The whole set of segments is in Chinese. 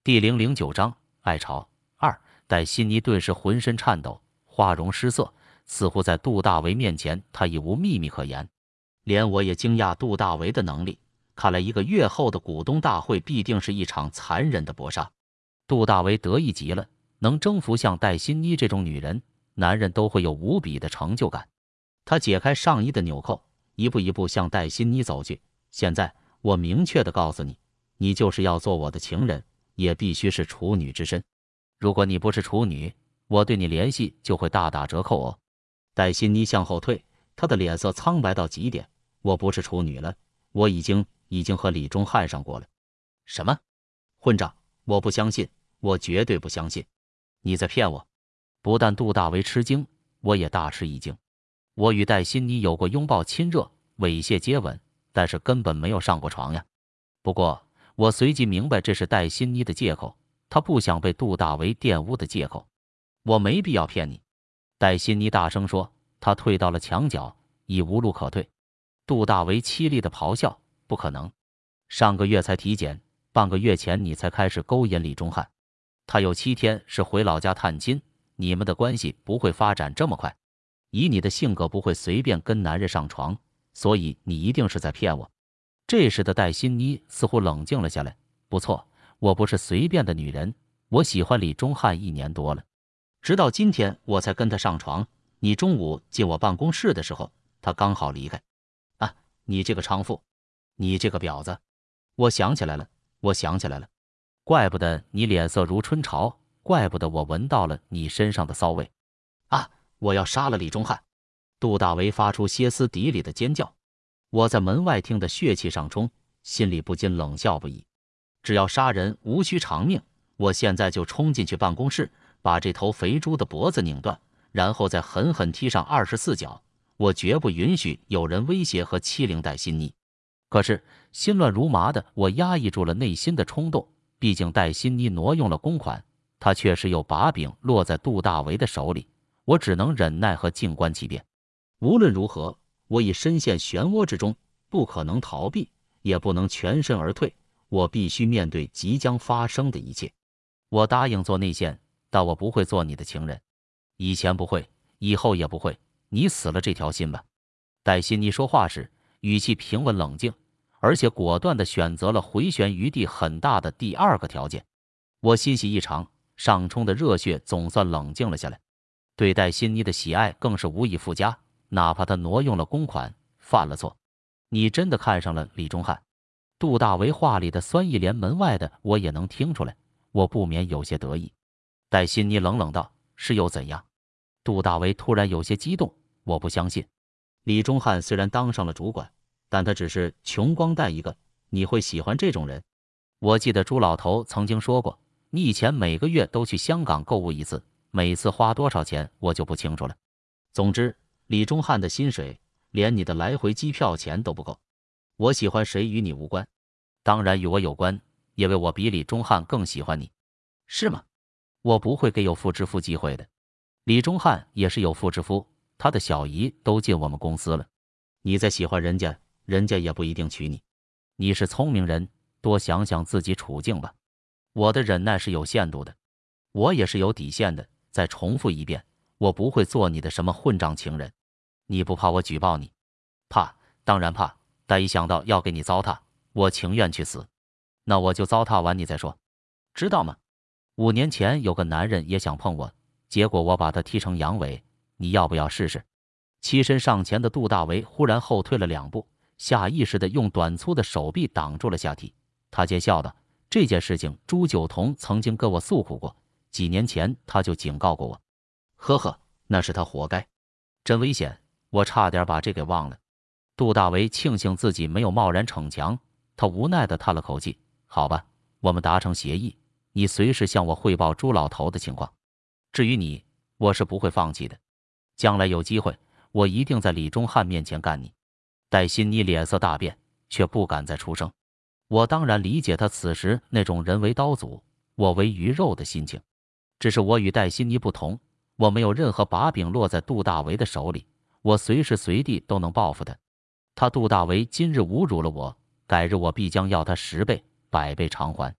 第009章爱巢2。戴欣妮顿时浑身颤抖，花容失色，似乎在杜大为面前，他已无秘密可言。连我也惊讶杜大为的能力，看来1个月后的股东大会必定是一场残忍的搏杀。杜大为得意极了，能征服像戴欣妮这种女人，男人都会有无比的成就感。他解开上衣的纽扣，一步一步向戴欣妮走去。现在我明确地告诉你，你就是要做我的情人，也必须是处女之身。如果你不是处女，我对你联系就会大打折扣哦。戴欣妮向后退，她的脸色苍白到极点。我不是处女了，我已经和李忠汉上过了。什么？混账！我不相信，我绝对不相信，你在骗我！不但杜大为吃惊，我也大吃一惊。我与戴欣妮有过拥抱、亲热、猥亵、接吻，但是根本没有上过床呀。不过我随即明白，这是戴欣妮的借口，她不想被杜大为玷污的借口。我没必要骗你。戴欣妮大声说，她退到了墙角，已无路可退。杜大为凄厉地咆哮，不可能！上个月才体检，半个月前你才开始勾引李忠汉，他有7天是回老家探亲，你们的关系不会发展这么快。以你的性格，不会随便跟男人上床，所以你一定是在骗我。这时的戴欣妮似乎冷静了下来。不错，我不是随便的女人，我喜欢李忠汉1年多了，直到今天我才跟他上床。你中午进我办公室的时候，他刚好离开。啊，你这个娼妇，你这个婊子！我想起来了，怪不得你脸色如春潮，怪不得我闻到了你身上的骚味。啊！我要杀了李忠汉！杜大为发出歇斯底里的尖叫。我在门外听得血气上冲，心里不禁冷笑不已。只要杀人无需偿命，我现在就冲进去办公室，把这头肥猪的脖子拧断，然后再狠狠踢上24脚。我绝不允许有人威胁和欺凌戴欣妮。可是心乱如麻的我压抑住了内心的冲动，毕竟戴欣妮挪用了公款，她确实有把柄落在杜大为的手里，我只能忍耐和静观其变。无论如何，我已深陷漩涡之中，不可能逃避，也不能全身而退，我必须面对即将发生的一切。我答应做内线，但我不会做你的情人，以前不会，以后也不会，你死了这条心吧。戴欣妮说话时语气平稳冷静，而且果断地选择了回旋余地很大的第2个条件。我欣喜异常，上冲的热血总算冷静了下来，对戴欣妮的喜爱更是无以复加，哪怕他挪用了公款，犯了错。你真的看上了李忠汉？杜大为话里的酸意，连门外的我也能听出来，我不免有些得意。戴欣妮冷冷道：是又怎样？杜大为突然有些激动，我不相信。李忠汉虽然当上了主管，但他只是穷光蛋一个，你会喜欢这种人？我记得朱老头曾经说过，你以前每个月都去香港购物1次，每次花多少钱我就不清楚了。总之，李忠汉的薪水连你的来回机票钱都不够。我喜欢谁与你无关，当然与我有关，因为我比李忠汉更喜欢你。是吗？我不会给有妇之夫机会的。李忠汉也是有妇之夫，他的小姨都进我们公司了。你再喜欢人家，人家也不一定娶你。你是聪明人，多想想自己处境吧。我的忍耐是有限度的，我也是有底线的。再重复一遍，我不会做你的什么混账情人。你不怕我举报你？怕，当然怕，但一想到要给你糟蹋，我情愿去死。那我就糟蹋完你再说，知道吗？5年前有个男人也想碰我，结果我把他踢成阳痿，你要不要试试？栖身上前的杜大为忽然后退了2步，下意识地用短粗的手臂挡住了下体。他奸笑道：这件事情朱九同曾经跟我诉苦过，几年前他就警告过我。呵呵，那是他活该。真危险，我差点把这给忘了。杜大为庆幸自己没有贸然逞强，他无奈地叹了口气。好吧，我们达成协议，你随时向我汇报朱老头的情况。至于你，我是不会放弃的。将来有机会，我一定在李忠汉面前干你。戴欣妮脸色大变，却不敢再出声。我当然理解他此时那种人为刀俎，我为鱼肉的心情。只是我与戴欣妮不同，我没有任何把柄落在杜大为的手里，我随时随地都能报复他。他杜大为今日侮辱了我，改日我必将要他10倍、100倍偿还。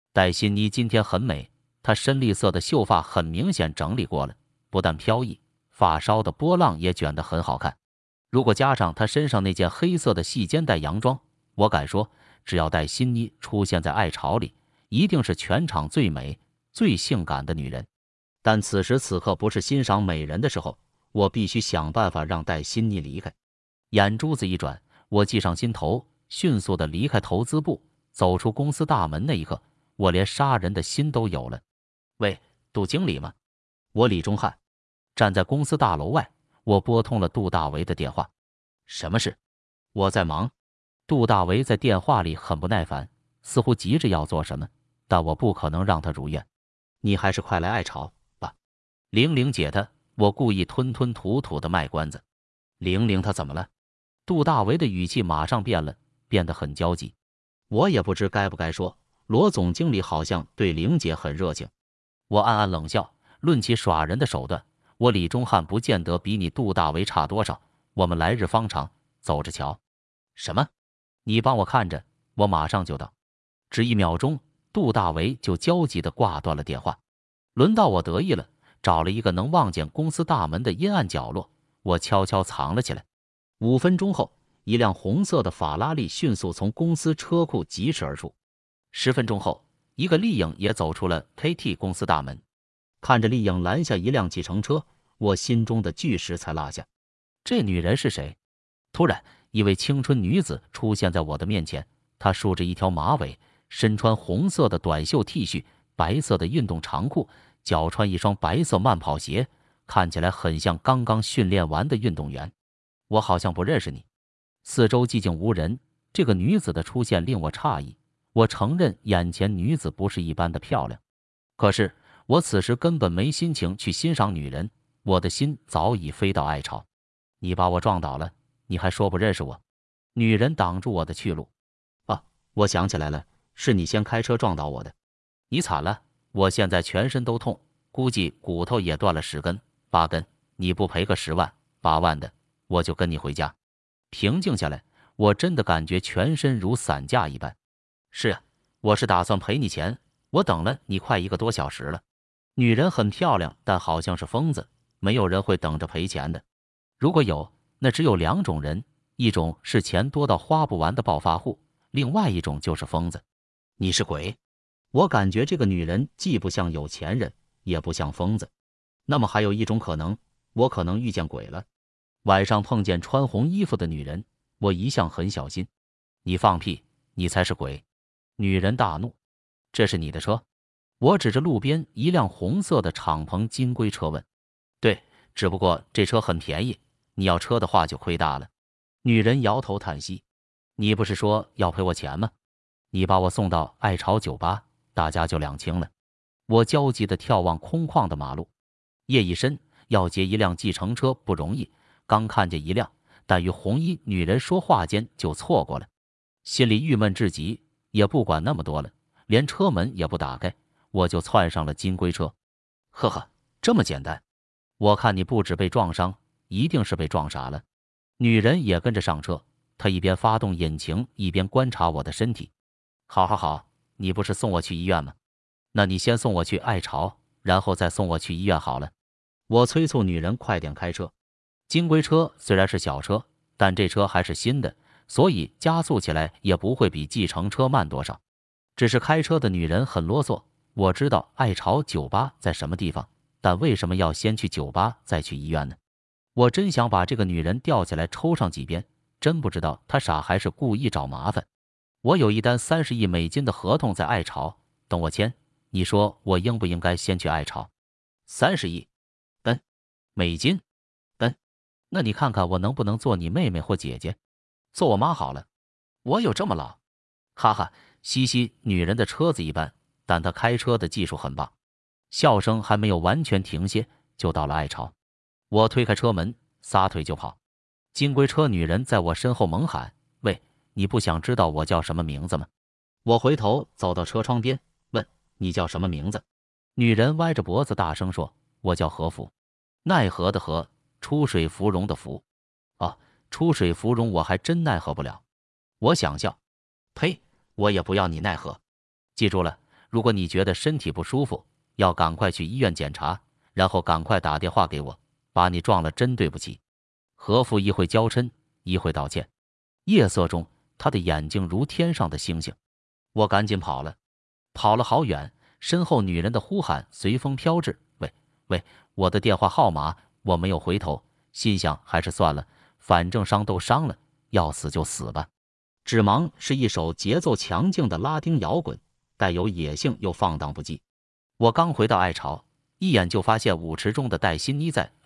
戴欣妮今天很美，她深绿色的秀发很明显整理过了，不但飘逸，发梢的波浪也卷得很好看。如果加上她身上那件黑色的细肩带洋装，我敢说，只要戴欣妮出现在爱巢里，一定是全场最美、最性感的女人。但此时此刻不是欣赏美人的时候，我必须想办法让戴欣妮离开。眼珠子一转，我计上心头，迅速地离开投资部，走出公司大门那一刻，我连杀人的心都有了。喂，杜经理吗？我李忠汉站在公司大楼外，我拨通了杜大为的电话。什么事？我在忙。杜大为在电话里很不耐烦，似乎急着要做什么，但我不可能让他如愿。你还是快来爱巢吧。玲玲姐她，我故意吞吞吐吐的卖关子。玲玲她怎么了？杜大为的语气马上变了，变得很焦急。我也不知该不该说，罗总经理好像对玲姐很热情。我暗暗冷笑，论起耍人的手段，我李忠汉不见得比你杜大为差多少。我们来日方长，走着瞧。什么？你帮我看着，我马上就到。只1秒钟，杜大为就焦急地挂断了电话。轮到我得意了，找了一个能望见公司大门的阴暗角落，我悄悄藏了起来。5分钟后，一辆红色的法拉利迅速从公司车库疾驰而出。10分钟后，一个丽影也走出了 KT 公司大门。看着丽影拦下一辆计程车，我心中的巨石才落下。这女人是谁？突然，一位青春女子出现在我的面前，她梳着一条马尾，身穿红色的短袖 T 恤，白色的运动长裤，脚穿一双白色慢跑鞋，看起来很像刚刚训练完的运动员。我好像不认识你。四周寂静无人，这个女子的出现令我诧异。我承认眼前女子不是一般的漂亮，可是我此时根本没心情去欣赏女人，我的心早已飞到爱巢。你把我撞倒了，你还说不认识我？女人挡住我的去路。啊，我想起来了，是你先开车撞倒我的。你惨了，我现在全身都痛，估计骨头也断了10根、8根，你不赔个10万、8万的，我就跟你回家。平静下来，我真的感觉全身如散架一般。是啊，我是打算赔你钱，我等了你快1个多小时了。女人很漂亮，但好像是疯子，没有人会等着赔钱的。如果有，那只有2种人，一种是钱多到花不完的暴发户，另外一种就是疯子。你是鬼？我感觉这个女人既不像有钱人，也不像疯子。那么还有一种可能，我可能遇见鬼了。晚上碰见穿红衣服的女人，我一向很小心。你放屁，你才是鬼！女人大怒。这是你的车？我指着路边一辆红色的敞篷金龟车问。对，只不过这车很便宜，你要车的话就亏大了。女人摇头叹息。你不是说要赔我钱吗？你把我送到爱巢酒吧，大家就两清了。我焦急地眺望空旷的马路。夜已深，要接一辆计程车不容易，刚看见一辆，但与红衣女人说话间就错过了。心里郁闷至极，也不管那么多了，连车门也不打开，我就窜上了金龟车。呵呵，这么简单？我看你不止被撞伤，一定是被撞傻了。女人也跟着上车，她一边发动引擎，一边观察我的身体。好好好，你不是送我去医院吗？那你先送我去爱巢，然后再送我去医院好了。我催促女人快点开车。金龟车虽然是小车，但这车还是新的，所以加速起来也不会比计程车慢多少。只是开车的女人很啰嗦。我知道爱巢酒吧在什么地方，但为什么要先去酒吧再去医院呢？我真想把这个女人吊起来抽上几鞭，真不知道她傻还是故意找麻烦。我有一单30亿美金的合同在爱巢，等我签。你说我应不应该先去爱巢？30亿？美金？那你看看我能不能做你妹妹或姐姐？做我妈好了。我有这么老？哈哈，嘻嘻，女人的车子一般，但她开车的技术很棒。笑声还没有完全停歇，就到了爱巢。我推开车门，撒腿就跑。金龟车女人在我身后猛喊：喂，你不想知道我叫什么名字吗？我回头走到车窗边，问：你叫什么名字？女人歪着脖子大声说：我叫何福。奈何的何，出水芙蓉的芙。哦，出水芙蓉我还真奈何不了。我想笑。呸，我也不要你奈何。记住了， 如果你觉得身体不舒服，要赶快去医院检查，然后赶快打电话给我。把你撞了，真对不起。何父一会娇嗔，一会道歉。夜色中，他的眼睛如天上的星星。我赶紧跑了，跑了好远，身后女人的呼喊随风飘至。喂喂，我的电话号码。我没有回头，心想还是算了，反正伤都伤了，要死就死吧。指芒是一首节奏强劲的拉丁摇滚，带有野性又放荡不羁。我刚回到爱巢，一眼就发现舞池中的黛欣妮在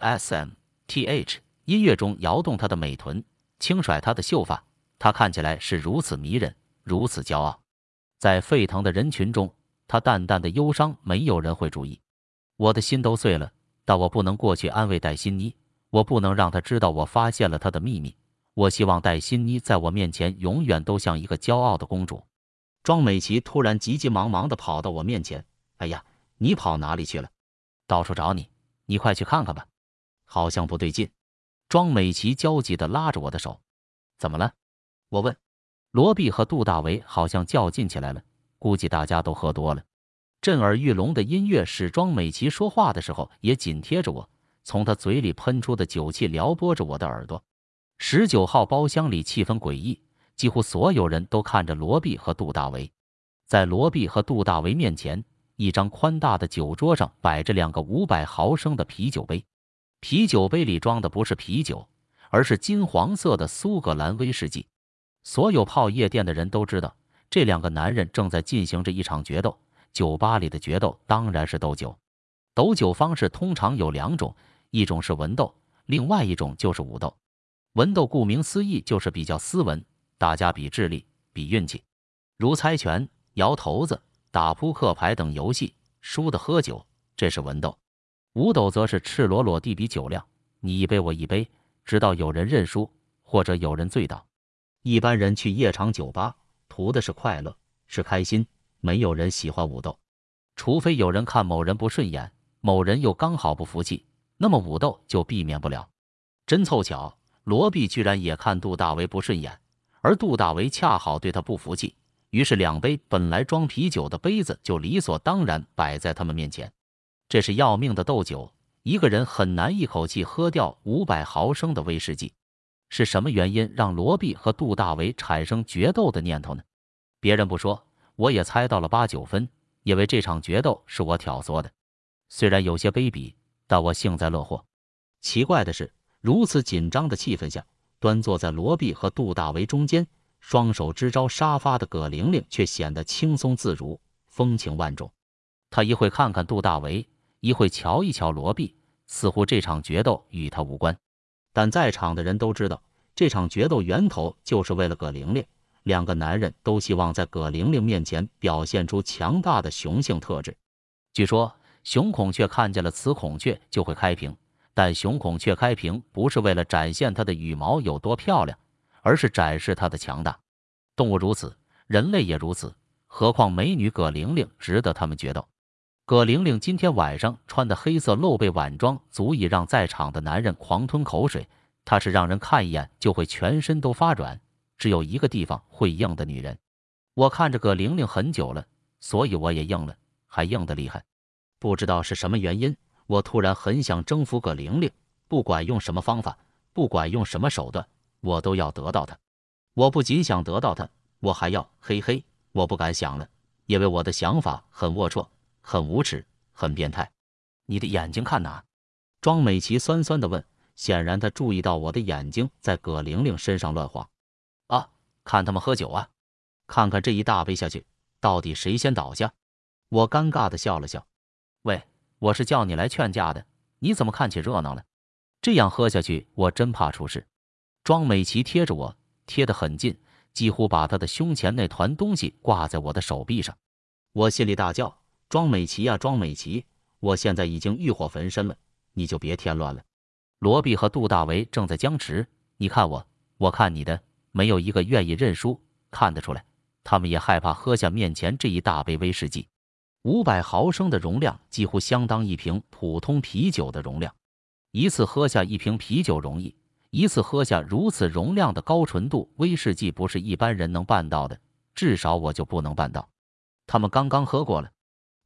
SMTH 音乐中摇动她的美臀，轻甩她的秀发。她看起来是如此迷人，如此骄傲。在沸腾的人群中，她淡淡的忧伤，没有人会注意。我的心都碎了，但我不能过去安慰黛欣妮，我不能让她知道我发现了她的秘密。我希望黛欣妮在我面前永远都像一个骄傲的公主。庄美琪突然急急忙忙地跑到我面前，哎呀，你跑哪里去了？到处找你，你快去看看吧。好像不对劲。庄美琪焦急地拉着我的手。怎么了？我问。罗碧和杜大为好像较劲起来了，估计大家都喝多了。震耳欲聋的音乐使庄美琪说话的时候也紧贴着我，从她嘴里喷出的酒气撩拨着我的耳朵。19号包厢里气氛诡异，几乎所有人都看着罗碧和杜大为。在罗碧和杜大为面前，一张宽大的酒桌上摆着2个500毫升的啤酒杯，啤酒杯里装的不是啤酒，而是金黄色的苏格兰威士忌。所有泡夜店的人都知道，这2个男人正在进行着一场决斗。酒吧里的决斗当然是斗酒。斗酒方式通常有2种，一种是文斗，另外一种就是武斗。文斗顾名思义就是比较斯文，大家比智力，比运气，如猜拳、摇骰子、打扑克牌等游戏，输的喝酒，这是文斗。武斗则是赤裸裸地比酒量，你一杯我一杯，直到有人认输或者有人醉倒。一般人去夜场酒吧图的是快乐，是开心，没有人喜欢武斗，除非有人看某人不顺眼，某人又刚好不服气，那么武斗就避免不了。真凑巧，罗碧居然也看杜大为不顺眼，而杜大为恰好对他不服气，于是2杯本来装啤酒的杯子就理所当然摆在他们面前。这是要命的斗酒，一个人很难一口气喝掉500毫升的威士忌。是什么原因让罗碧和杜大为产生决斗的念头呢？别人不说，我也猜到了8、9分，因为这场决斗是我挑唆的。虽然有些卑鄙，但我幸灾乐祸。奇怪的是，如此紧张的气氛下，端坐在罗碧和杜大为中间，双手支招沙发的葛玲玲却显得轻松自如，风情万种。她一会看看杜大为，一会瞧一瞧罗碧，似乎这场决斗与她无关。但在场的人都知道，这场决斗源头就是为了葛玲玲。2个男人都希望在葛玲玲面前表现出强大的雄性特质。据说雄孔雀看见了雌孔雀就会开屏，但雄孔雀开屏不是为了展现它的羽毛有多漂亮，而是展示它的强大。动物如此，人类也如此，何况美女葛玲玲值得他们决斗。葛玲玲今天晚上穿的黑色露背晚装足以让在场的男人狂吞口水，她是让人看一眼就会全身都发软，只有一个地方会硬的女人。我看着葛玲玲很久了，所以我也硬了，还硬得厉害。不知道是什么原因，我突然很想征服葛玲玲，不管用什么方法，不管用什么手段，我都要得到她。我不仅想得到她，我还要……嘿嘿，我不敢想了，因为我的想法很龌龊，很无耻，很变态。你的眼睛看哪？庄美琪酸酸地问，显然她注意到我的眼睛在葛玲玲身上乱晃。啊，看他们喝酒啊，看看这一大杯下去，到底谁先倒下？我尴尬地笑了笑。喂，我是叫你来劝架的，你怎么看起热闹了？这样喝下去，我真怕出事。庄美琪贴着我，贴得很近，几乎把她的胸前那团东西挂在我的手臂上。我心里大叫：庄美琪呀，庄美琪，我现在已经欲火焚身了，你就别添乱了。罗碧和杜大为正在僵持，你看我，我看你的，没有一个愿意认输，看得出来，他们也害怕喝下面前这一大杯威士忌。500毫升的容量几乎相当一瓶普通啤酒的容量。一次喝下一瓶啤酒容易，一次喝下如此容量的高纯度威士忌不是一般人能办到的，至少我就不能办到。他们刚刚喝过了，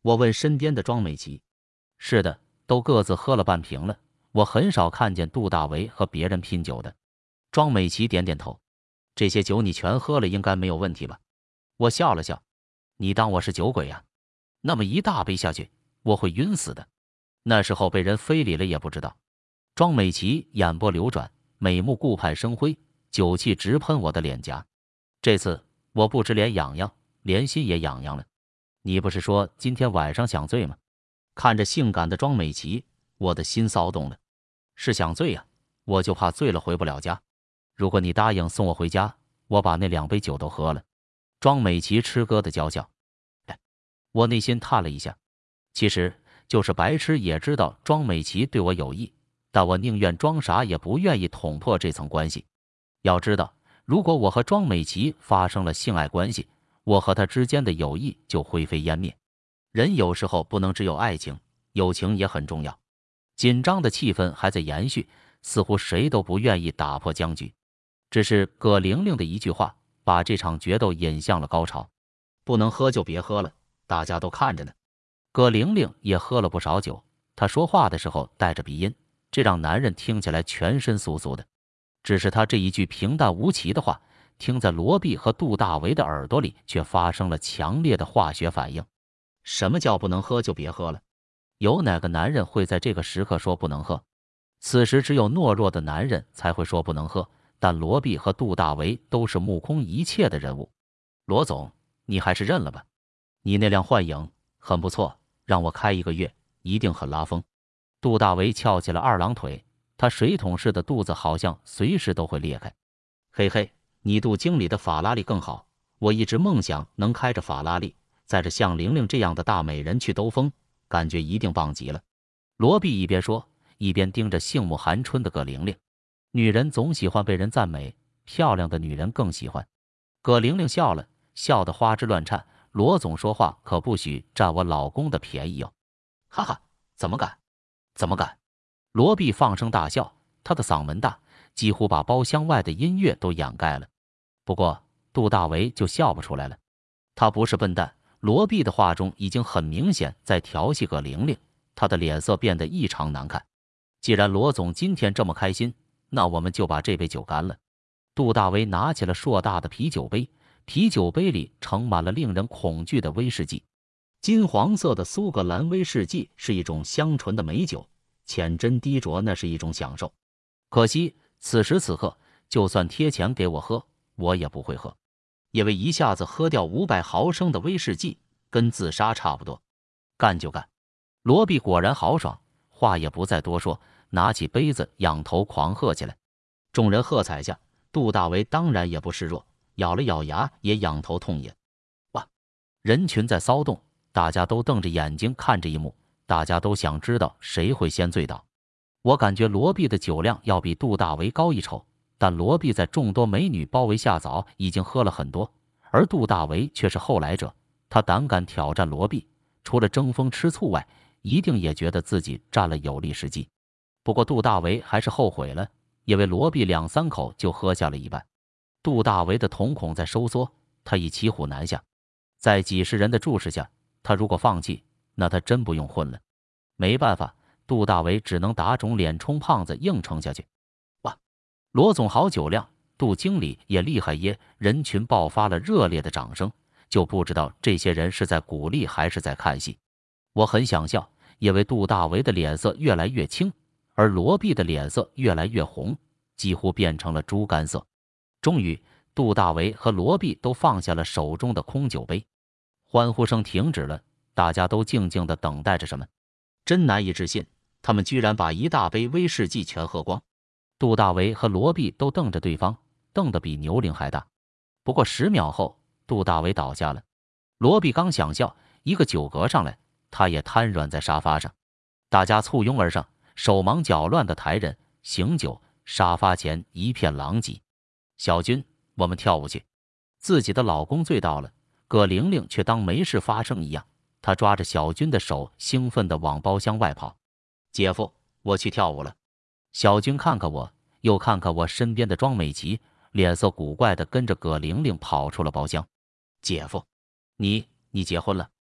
我问身边的庄美琪。是的，都各自喝了半瓶了。我很少看见杜大为和别人拼酒的。庄美琪点点头。这些酒你全喝了，应该没有问题吧？我笑了笑。你当我是酒鬼呀？那么一大杯下去，我会晕死的。那时候被人非礼了也不知道。庄美琪眼波流转，美目顾盼生辉，酒气直喷我的脸颊。这次我不止脸痒痒，连心也痒痒了。你不是说今天晚上想醉吗？看着性感的庄美琪，我的心骚动了。是想醉呀，我就怕醉了回不了家。如果你答应送我回家，我把那2杯酒都喝了。庄美琪吃歌的娇笑。我内心叹了一下，其实就是白痴也知道庄美琪对我有意，但我宁愿装傻也不愿意捅破这层关系。要知道，如果我和庄美琪发生了性爱关系，我和她之间的友谊就灰飞烟灭。人有时候不能只有爱情，友情也很重要。紧张的气氛还在延续，似乎谁都不愿意打破僵局。只是葛玲玲的一句话，把这场决斗引向了高潮。不能喝就别喝了，大家都看着呢。葛玲玲也喝了不少酒，她说话的时候带着鼻音，这让男人听起来全身酥酥的。只是她这一句平淡无奇的话，听在罗碧和杜大为的耳朵里，却发生了强烈的化学反应。什么叫不能喝就别喝了？有哪个男人会在这个时刻说不能喝？此时只有懦弱的男人才会说不能喝，但罗碧和杜大为都是目空一切的人物。罗总，你还是认了吧。你那辆幻影很不错，让我开1个月一定很拉风。杜大为翘起了二郎腿，他水桶似的肚子好像随时都会裂开。嘿嘿，你杜经理的法拉利更好，我一直梦想能开着法拉利，载着像玲玲这样的大美人去兜风，感觉一定棒极了。罗碧一边说，一边盯着杏目含春的葛玲玲。女人总喜欢被人赞美，漂亮的女人更喜欢。葛玲玲笑了，笑得花枝乱颤。罗总说话可不许占我老公的便宜哦！哈哈，怎么敢？怎么敢？罗碧放声大笑，他的嗓门大，几乎把包厢外的音乐都掩盖了。不过杜大为就笑不出来了，他不是笨蛋。罗碧的话中已经很明显在调戏葛玲玲，他的脸色变得异常难看。既然罗总今天这么开心，那我们就把这杯酒干了。杜大为拿起了硕大的啤酒杯。啤酒杯里盛满了令人恐惧的威士忌，金黄色的苏格兰威士忌是一种香醇的美酒，浅斟低酌那是一种享受。可惜此时此刻，就算贴钱给我喝，我也不会喝，因为一下子喝掉500毫升的威士忌，跟自杀差不多。干就干！罗碧果然豪爽，话也不再多说，拿起杯子仰头狂喝起来。众人喝彩下，杜大为当然也不示弱。咬了咬牙，也仰头痛饮。哇！人群在骚动，大家都瞪着眼睛看这一幕，大家都想知道谁会先醉倒。我感觉罗碧的酒量要比杜大为高一筹，但罗碧在众多美女包围下早已经喝了很多，而杜大为却是后来者。他胆敢挑战罗碧，除了争风吃醋外，一定也觉得自己占了有利时机。不过杜大为还是后悔了，因为罗碧2、3口就喝下了一半。杜大为的瞳孔在收缩，他已骑虎难下。在几十人的注视下，他如果放弃，那他真不用混了。没办法，杜大为只能打肿脸充胖子，硬撑下去。哇，罗总好酒量，杜经理也厉害耶！人群爆发了热烈的掌声，就不知道这些人是在鼓励还是在看戏。我很想笑，因为杜大为的脸色越来越青，而罗碧的脸色越来越红，几乎变成了猪肝色。终于，杜大为和罗碧都放下了手中的空酒杯，欢呼声停止了，大家都静静地等待着什么。真难以置信，他们居然把一大杯威士忌全喝光。杜大为和罗碧都瞪着对方，瞪得比牛铃还大。不过10秒后，杜大为倒下了。罗碧刚想笑，一个酒嗝上来，他也瘫软在沙发上。大家簇拥而上，手忙脚乱的抬人醒酒，沙发前一片狼藉。小军，我们跳舞去。自己的老公醉到了，葛玲玲却当没事发生一样，她抓着小军的手，兴奋地往包厢外跑。姐夫，我去跳舞了。小军看看我，又看看我身边的庄美琪，脸色古怪地跟着葛玲玲跑出了包厢。姐夫，你结婚了？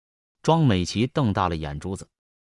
庄美琪瞪大了眼珠子。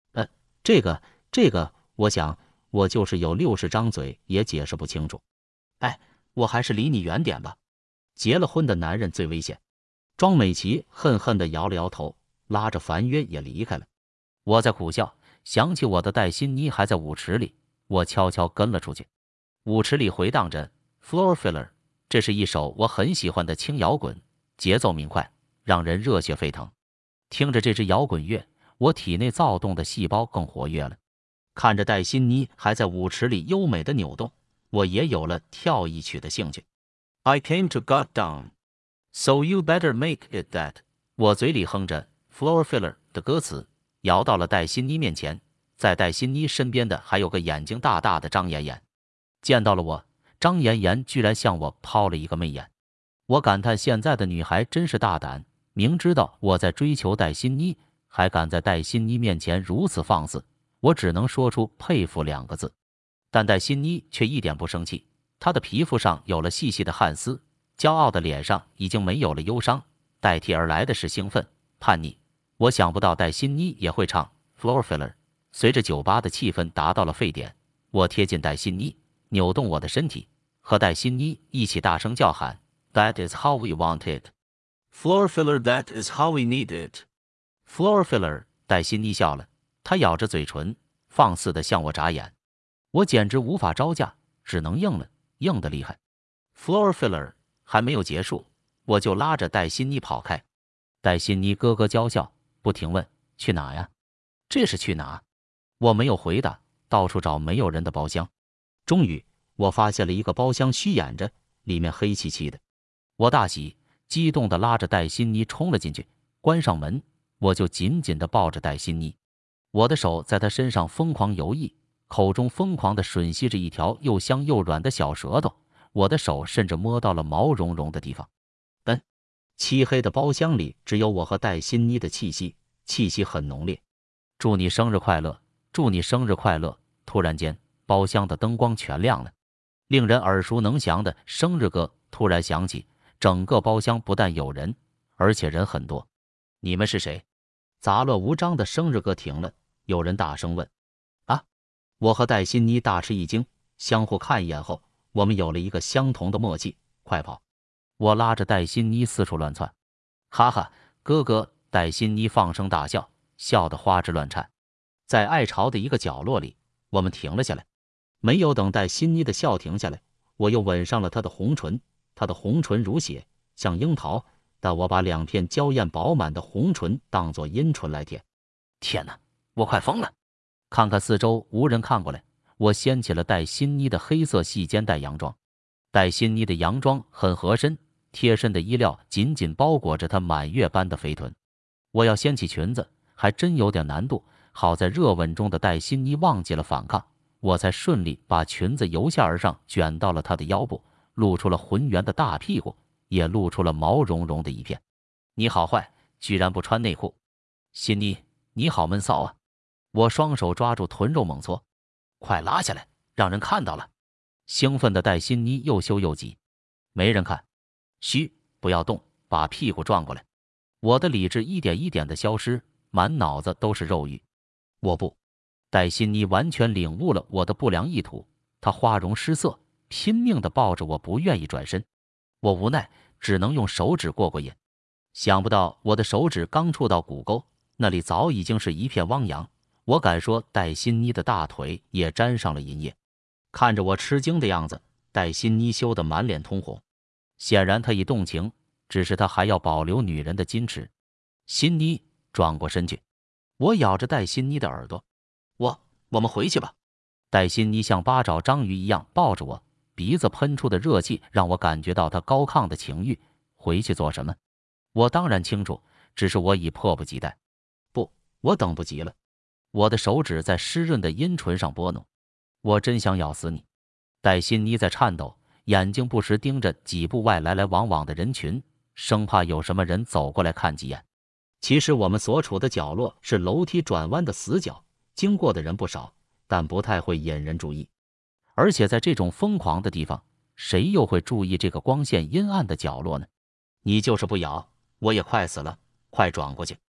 这个，我想我就是有60张嘴也解释不清楚。哎，我还是离你远点吧。结了婚的男人最危险。庄美琪恨恨地摇了摇头，拉着樊约也离开了。我在苦笑，想起我的黛欣妮还在舞池里，我悄悄跟了出去。舞池里回荡着 Floor Filler， 这是一首我很喜欢的轻摇滚，节奏明快，让人热血沸腾。听着这支摇滚乐，我体内躁动的细胞更活跃了。看着黛欣妮还在舞池里优美的扭动，我也有了跳一曲的兴趣。I came to get down, so you better make it that。 我嘴里哼着 Floor Filler 的歌词，摇到了黛欣妮面前。在黛欣妮身边的还有个眼睛大大的张妍妍。见到了我，张妍妍居然向我抛了一个媚眼。我感叹现在的女孩真是大胆，明知道我在追求黛欣妮，还敢在黛欣妮面前如此放肆。我只能说出佩服2个字。但黛欣妮却一点不生气，她的皮肤上有了细细的汗丝，骄傲的脸上已经没有了忧伤，代替而来的是兴奋、叛逆。我想不到黛欣妮也会唱 Floor Filler。 随着酒吧的气氛达到了沸点，我贴近黛欣妮，扭动我的身体，和黛欣妮一起大声叫喊 That is how we want it. Floor Filler, that is how we need it. Floor Filler。 黛欣妮笑了，她咬着嘴唇，放肆地向我眨眼。我简直无法招架，只能应了，硬得厉害。Floor Filler 还没有结束，我就拉着黛欣妮跑开。黛欣妮咯咯娇笑，不停问去哪呀？这是去哪？我没有回答，到处找没有人的包厢。终于，我发现了一个包厢虚掩着，里面黑漆漆的。我大喜，激动地拉着黛欣妮冲了进去，关上门，我就紧紧地抱着黛欣妮。我的手在她身上疯狂游弋，口中疯狂地吮吸着一条又香又软的小舌头，我的手甚至摸到了毛茸茸的地方。漆黑的包厢里只有我和黛欣妮的气息，气息很浓烈。祝你生日快乐，祝你生日快乐！突然间，包厢的灯光全亮了，令人耳熟能详的生日歌突然响起。整个包厢不但有人，而且人很多。你们是谁？杂乱无章的生日歌停了，有人大声问。啊！我和黛欣妮大吃一惊，相互看一眼后，我们有了一个相同的默契，快跑！我拉着黛欣妮四处乱窜。哈哈，哥哥！黛欣妮放声大笑，笑得花枝乱颤。在爱巢的一个角落里，我们停了下来。没有等黛欣妮的笑停下来，我又吻上了她的红唇。她的红唇如血，像樱桃，但我把2片娇艳饱满的红唇当作阴唇来舔。天哪，我快疯了！看看四周无人看过来，我掀起了黛欣妮的黑色细肩带洋装。黛欣妮的洋装很合身，贴身的衣料紧紧包裹着她满月般的肥臀。我要掀起裙子还真有点难度，好在热吻中的黛欣妮忘记了反抗，我才顺利把裙子由下而上卷到了她的腰部，露出了浑圆的大屁股，也露出了毛茸茸的一片。你好坏，居然不穿内裤！欣妮，你好闷骚啊！我双手抓住臀肉猛搓，快拉下来，让人看到了！兴奋的黛欣妮又羞又急。没人看。嘘，不要动，把屁股转过来。我的理智一点一点的消失，满脑子都是肉欲。我不。黛欣妮完全领悟了我的不良意图，她花容失色，拼命地抱着我，不愿意转身。我无奈，只能用手指过过瘾。想不到我的手指刚触到骨沟，那里早已经是一片汪洋。我敢说，黛欣妮的大腿也沾上了银液。看着我吃惊的样子，黛欣妮羞得满脸通红。显然她已动情，只是她还要保留女人的矜持。欣妮转过身去，我咬着黛欣妮的耳朵。我们回去吧。黛欣妮像八爪章鱼一样抱着我，鼻子喷出的热气让我感觉到她高亢的情欲。回去做什么？我当然清楚，只是我已迫不及待。不，我等不及了。我的手指在湿润的阴唇上拨弄，我真想咬死你。黛欣妮在颤抖，眼睛不时盯着几步外来来往往的人群，生怕有什么人走过来看几眼。其实我们所处的角落是楼梯转弯的死角，经过的人不少，但不太会引人注意。而且在这种疯狂的地方，谁又会注意这个光线阴暗的角落呢？你就是不咬，我也快死了，快转过去！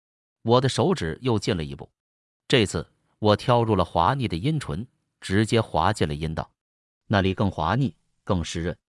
我的手指又进了一步，这次我挑入了滑腻的阴唇，直接滑进了阴道，那里更滑腻，更湿润。